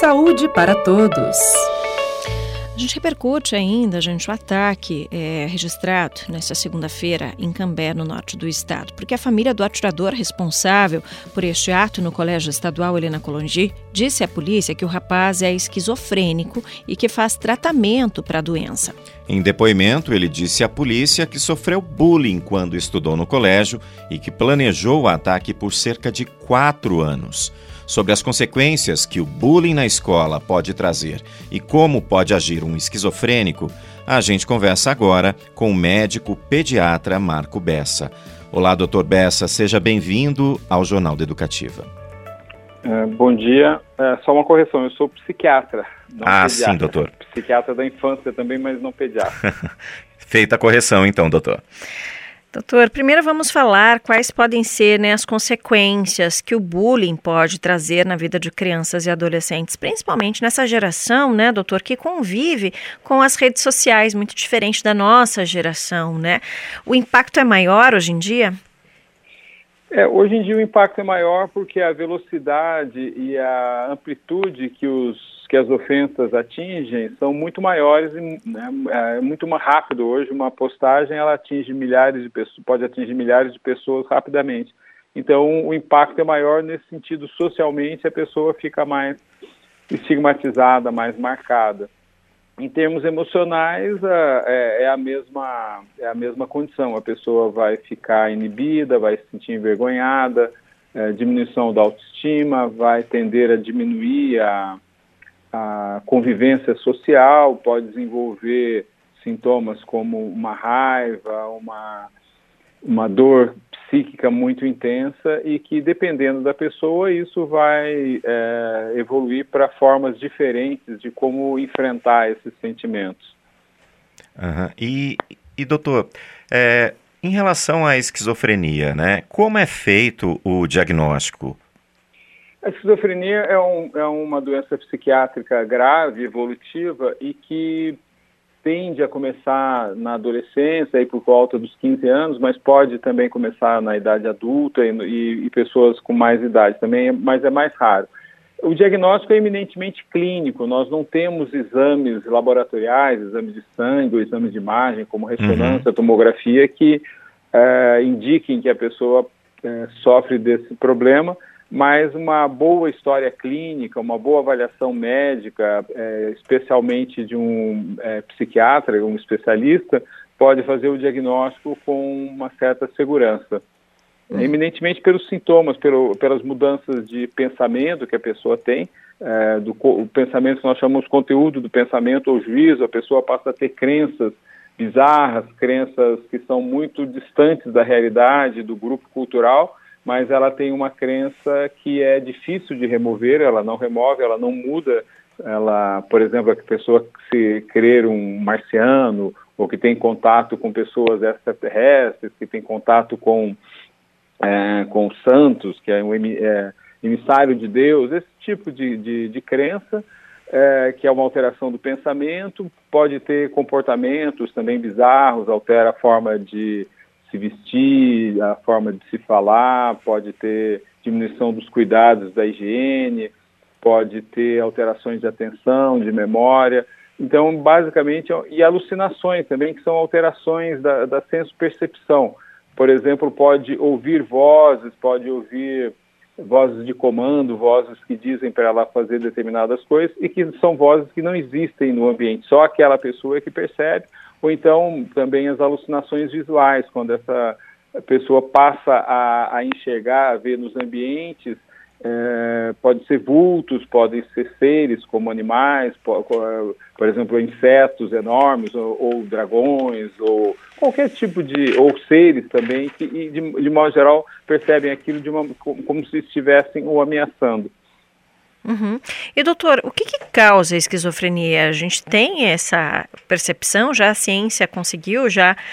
Saúde para todos. A gente repercute ainda, o ataque registrado nesta segunda-feira em Cambé, no norte do estado, porque a família do atirador responsável por este ato no Colégio Estadual Helena Colongi disse à polícia que o rapaz é esquizofrênico e que faz tratamento para a doença. Em depoimento, ele disse à polícia que sofreu bullying quando estudou no colégio e que planejou o ataque por cerca de 4 anos. Sobre as consequências que o bullying na escola pode trazer e como pode agir um esquizofrênico, a gente conversa agora com o médico pediatra Marco Bessa. Olá, Dr. Bessa, seja bem-vindo ao Jornal da Educativa. Bom dia. Só uma correção, eu sou psiquiatra, não pediatra. Sim, doutor. Psiquiatra da infância também, mas não pediatra. Feita a correção, então, doutor. Doutor, primeiro vamos falar quais podem ser as consequências que o bullying pode trazer na vida de crianças e adolescentes, principalmente nessa geração, doutor, que convive com as redes sociais, muito diferente da nossa geração, O impacto é maior hoje em dia? Hoje em dia o impacto é maior porque a velocidade e a amplitude que as ofensas atingem são muito maiores, é muito mais rápido hoje. Uma postagem ela atinge milhares de pessoas, pode atingir milhares de pessoas rapidamente. Então o impacto é maior nesse sentido, socialmente a pessoa fica mais estigmatizada, mais marcada. Em termos emocionais, é a mesma condição. A pessoa vai ficar inibida, vai se sentir envergonhada, diminuição da autoestima, vai tender a diminuir a convivência social, pode desenvolver sintomas como uma raiva, uma dor psíquica muito intensa e que, dependendo da pessoa, isso vai evoluir para formas diferentes de como enfrentar esses sentimentos. Uhum. E doutor, em relação à esquizofrenia, como é feito o diagnóstico? A esquizofrenia é uma doença psiquiátrica grave, evolutiva, e que tende a começar na adolescência, aí por volta dos 15 anos, mas pode também começar na idade adulta e pessoas com mais idade também, mas é mais raro. O diagnóstico é eminentemente clínico, nós não temos exames laboratoriais, exames de sangue ou exames de imagem, como ressonância, tomografia, que indiquem que a pessoa sofre desse problema, mas uma boa história clínica, uma boa avaliação médica, especialmente de um psiquiatra, um especialista, pode fazer o diagnóstico com uma certa segurança. Eminentemente pelos sintomas, pelas mudanças de pensamento que a pessoa tem, o pensamento que nós chamamos de conteúdo do pensamento ou juízo, a pessoa passa a ter crenças bizarras, crenças que são muito distantes da realidade, do grupo cultural, mas ela tem uma crença que é difícil de remover, ela não remove, ela não muda. Ela, por exemplo, a pessoa se crer um marciano, ou que tem contato com pessoas extraterrestres, que tem contato com santos, que é um emissário de Deus, esse tipo de crença, que é uma alteração do pensamento, pode ter comportamentos também bizarros, altera a forma de se vestir, a forma de se falar, pode ter diminuição dos cuidados da higiene, pode ter alterações de atenção, de memória. Então, basicamente, e alucinações também, que são alterações da senso-percepção. Por exemplo, pode ouvir vozes de comando, vozes que dizem para ela fazer determinadas coisas e que são vozes que não existem no ambiente, só aquela pessoa que percebe. Ou então também as alucinações visuais, quando essa pessoa passa a enxergar, a ver nos ambientes, pode ser vultos, podem ser seres como animais, por exemplo, insetos enormes, ou dragões, ou qualquer tipo ou seres também, que de modo geral percebem aquilo como se estivessem o ameaçando. Uhum. E doutor, o que causa a esquizofrenia? A gente tem essa percepção? Já a ciência conseguiu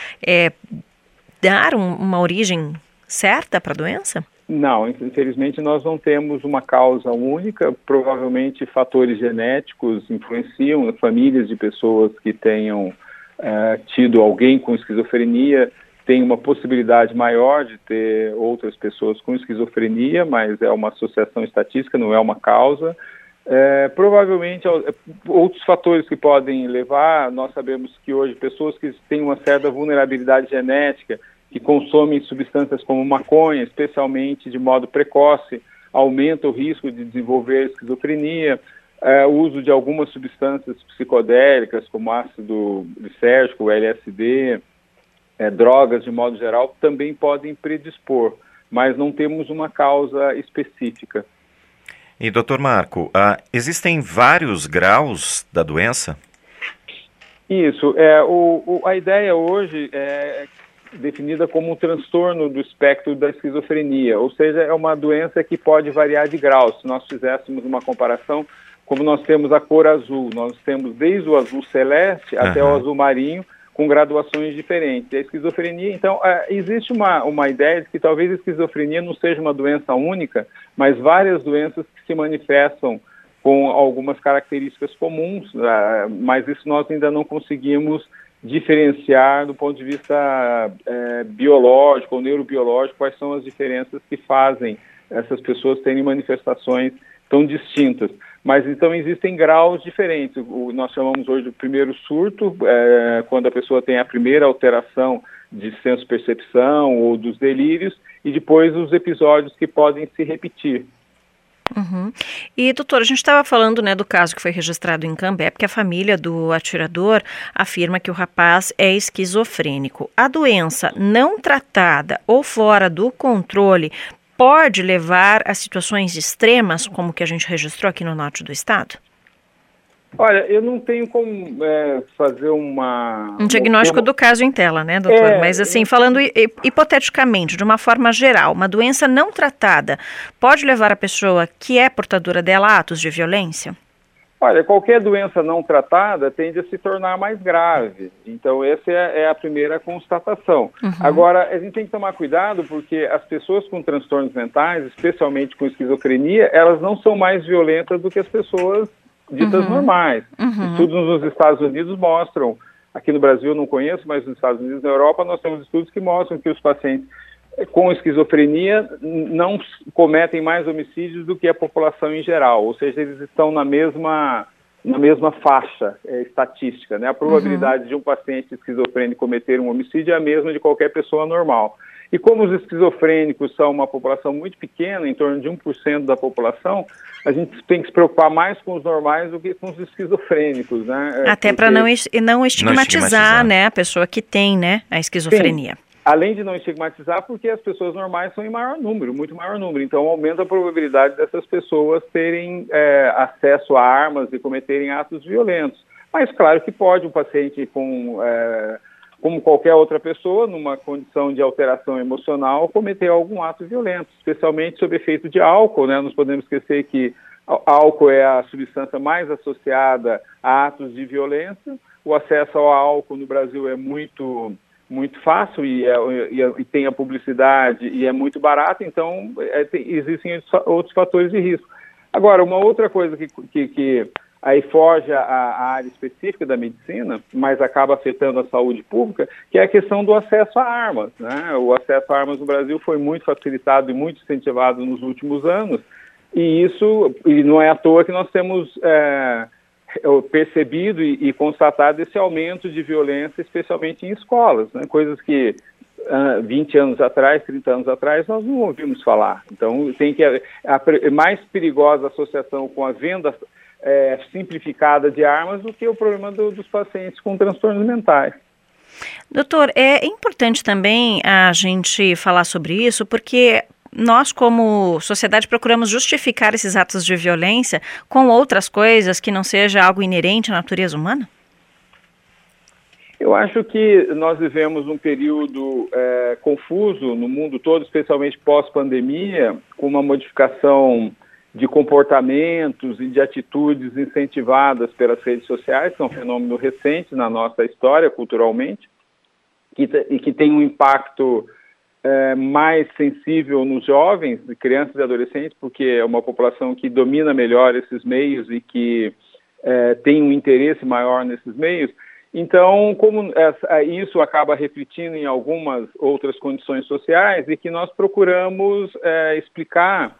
dar uma origem certa para a doença? Não, infelizmente nós não temos uma causa única. Provavelmente fatores genéticos influenciam famílias de pessoas que tenham tido alguém com esquizofrenia. Tem uma possibilidade maior de ter outras pessoas com esquizofrenia, mas é uma associação estatística, não é uma causa. Provavelmente outros fatores que podem levar, nós sabemos que hoje pessoas que têm uma certa vulnerabilidade genética, que consomem substâncias como maconha, especialmente de modo precoce, aumenta o risco de desenvolver esquizofrenia. O uso de algumas substâncias psicodélicas, como ácido lisérgico, LSD, drogas de modo geral, também podem predispor, mas não temos uma causa específica. E, doutor Marco, existem vários graus da doença? Isso. A ideia hoje é definida como um transtorno do espectro da esquizofrenia, ou seja, é uma doença que pode variar de grau. Se nós fizéssemos uma comparação, como nós temos a cor azul, nós temos desde o azul celeste até o azul marinho, com graduações diferentes. A esquizofrenia, então, existe uma ideia de que talvez a esquizofrenia não seja uma doença única, mas várias doenças que se manifestam com algumas características comuns, mas isso nós ainda não conseguimos diferenciar do ponto de vista biológico ou neurobiológico, quais são as diferenças que fazem essas pessoas terem manifestações tão distintas. Mas então existem graus diferentes. Nós chamamos hoje do primeiro surto, quando a pessoa tem a primeira alteração de senso-percepção ou dos delírios, e depois os episódios que podem se repetir. Uhum. E, doutor, a gente estava falando, do caso que foi registrado em Cambé, porque a família do atirador afirma que o rapaz é esquizofrênico. A doença não tratada ou fora do controle pode levar a situações extremas, como que a gente registrou aqui no norte do estado? Olha, eu não tenho como fazer um diagnóstico do caso em tela, né, doutor? Mas assim, falando hipoteticamente, de uma forma geral, uma doença não tratada pode levar a pessoa que é portadora dela a atos de violência? Olha, qualquer doença não tratada tende a se tornar mais grave. Então, essa é a primeira constatação. Uhum. Agora, a gente tem que tomar cuidado porque as pessoas com transtornos mentais, especialmente com esquizofrenia, elas não são mais violentas do que as pessoas ditas normais. Estudos nos Estados Unidos mostram, aqui no Brasil eu não conheço, mas nos Estados Unidos e na Europa nós temos estudos que mostram que os pacientes com esquizofrenia não cometem mais homicídios do que a população em geral, ou seja, eles estão na mesma faixa estatística, né? A probabilidade de um paciente esquizofrênico cometer um homicídio é a mesma de qualquer pessoa normal. E como os esquizofrênicos são uma população muito pequena, em torno de 1% da população, a gente tem que se preocupar mais com os normais do que com os esquizofrênicos, né? Até para não estigmatizar, né, a pessoa que tem, né, a esquizofrenia. Sim. Além de não estigmatizar, porque as pessoas normais são em maior número, muito maior número. Então, aumenta a probabilidade dessas pessoas terem acesso a armas e cometerem atos violentos. Mas, claro que pode um paciente como qualquer outra pessoa, numa condição de alteração emocional, cometer algum ato violento, especialmente sob efeito de álcool, né? Nós podemos esquecer que álcool é a substância mais associada a atos de violência. O acesso ao álcool no Brasil é muito fácil e tem a publicidade e é muito barato, então existem outros fatores de risco. Agora, uma outra coisa que aí foge à área específica da medicina, mas acaba afetando a saúde pública, que é a questão do acesso a armas, né? O acesso a armas no Brasil foi muito facilitado e muito incentivado nos últimos anos, e não é à toa que nós temos percebido e constatado esse aumento de violência, especialmente em escolas, né? Coisas que 20 anos atrás, 30 anos atrás, nós não ouvimos falar. Então, tem que a mais perigosa associação com a venda simplificada de armas do que o problema dos pacientes com transtornos mentais. Doutor, é importante também a gente falar sobre isso, porque nós, como sociedade, procuramos justificar esses atos de violência com outras coisas que não seja algo inerente à natureza humana? Eu acho que nós vivemos um período confuso no mundo todo, especialmente pós-pandemia, com uma modificação de comportamentos e de atitudes incentivadas pelas redes sociais, que é um fenômeno recente na nossa história, culturalmente, e que tem um impacto mais sensível nos jovens, crianças e adolescentes, porque é uma população que domina melhor esses meios e que tem um interesse maior nesses meios. Então, como isso acaba refletindo em algumas outras condições sociais e que nós procuramos explicar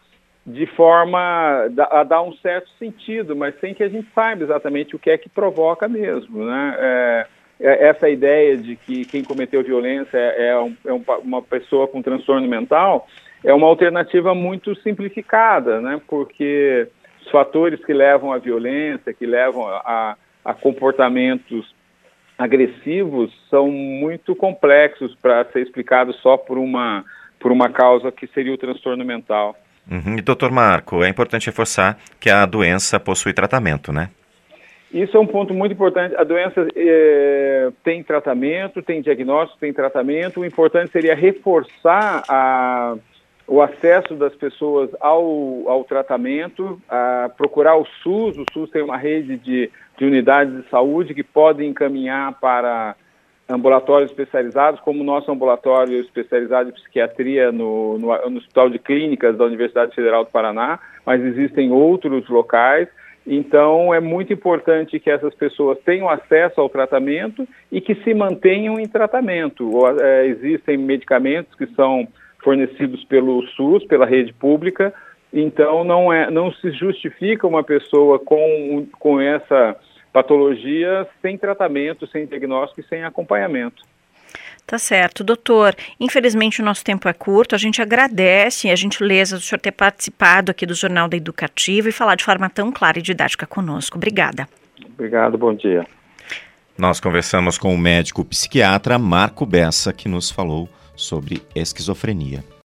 de forma a dar um certo sentido, mas sem que a gente saiba exatamente o que é que provoca mesmo, né? Essa ideia de que quem cometeu violência uma pessoa com transtorno mental é uma alternativa muito simplificada, né? Porque os fatores que levam à violência, que levam a comportamentos agressivos são muito complexos para ser explicados só por uma causa que seria o transtorno mental. Uhum. E, doutor Marco, é importante reforçar que a doença possui tratamento, né? Isso é um ponto muito importante. A doença tem tratamento, tem diagnóstico, tem tratamento. O importante seria reforçar o acesso das pessoas ao tratamento, procurar o SUS. O SUS tem uma rede de unidades de saúde que podem encaminhar para ambulatórios especializados, como o nosso ambulatório especializado em psiquiatria no Hospital de Clínicas da Universidade Federal do Paraná, mas existem outros locais. Então, é muito importante que essas pessoas tenham acesso ao tratamento e que se mantenham em tratamento. Existem medicamentos que são fornecidos pelo SUS, pela rede pública, então não se justifica uma pessoa com essa patologia sem tratamento, sem diagnóstico e sem acompanhamento. Tá certo, doutor. Infelizmente o nosso tempo é curto, a gente agradece a gentileza do senhor ter participado aqui do Jornal da Educativa e falar de forma tão clara e didática conosco. Obrigada. Obrigado, bom dia. Nós conversamos com o médico psiquiatra Marco Bessa, que nos falou sobre esquizofrenia.